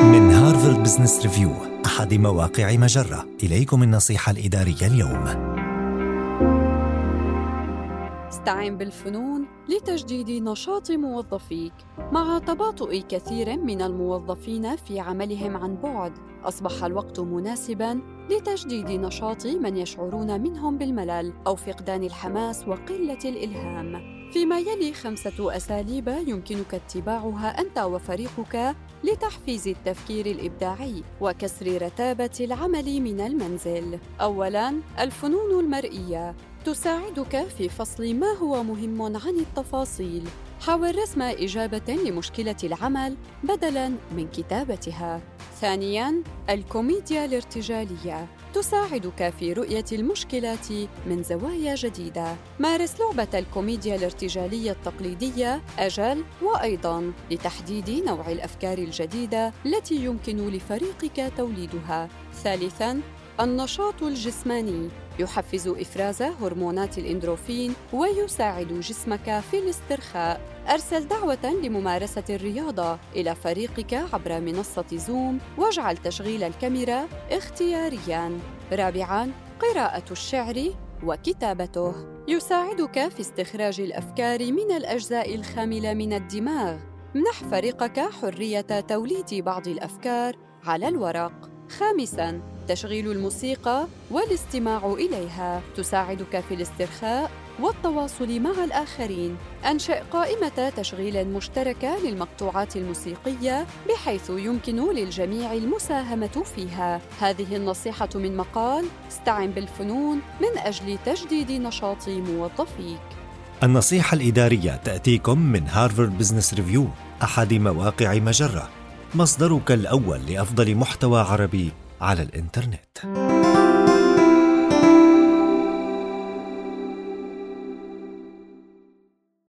من هارفارد بزنس ريفيو، أحد مواقع مجرة، إليكم النصيحة الإدارية اليوم. استعن بالفنون لتجديد نشاط موظفيك. مع تباطؤ كثير من الموظفين في عملهم عن بعد، أصبح الوقت مناسباً لتجديد نشاط من يشعرون منهم بالملل أو فقدان الحماس وقلة الإلهام. فيما يلي 5 أساليب يمكنك اتباعها أنت وفريقك لتحفيز التفكير الإبداعي وكسر رتابة العمل من المنزل. أولاً، الفنون المرئية تساعدك في فصل ما هو مهم عن التفاصيل. حاول رسم إجابة لمشكلة العمل بدلاً من كتابتها. ثانياً، الكوميديا الارتجالية تساعدك في رؤية المشكلات من زوايا جديدة. مارس لعبة الكوميديا الارتجالية التقليدية أجل وأيضاً لتحديد نوع الأفكار الجديدة التي يمكن لفريقك توليدها. ثالثاً، النشاط الجسماني يحفز إفراز هرمونات الإندروفين ويساعد جسمك في الاسترخاء. أرسل دعوة لممارسة الرياضة إلى فريقك عبر منصة زوم، واجعل تشغيل الكاميرا اختيارياً. رابعاً، قراءة الشعر وكتابته يساعدك في استخراج الأفكار من الأجزاء الخاملة من الدماغ. منح فريقك حرية توليد بعض الأفكار على الورق. خامساً، تشغيل الموسيقى والاستماع إليها تساعدك في الاسترخاء والتواصل مع الآخرين. أنشئ قائمة تشغيل مشتركة للمقطوعات الموسيقية بحيث يمكن للجميع المساهمة فيها. هذه النصيحة من مقال استعن بالفنون من أجل تجديد نشاط موظفيك. النصيحة الإدارية تأتيكم من هارفارد بزنس ريفيو، أحد مواقع مجرة، مصدرك الأول لأفضل محتوى عربي على الإنترنت.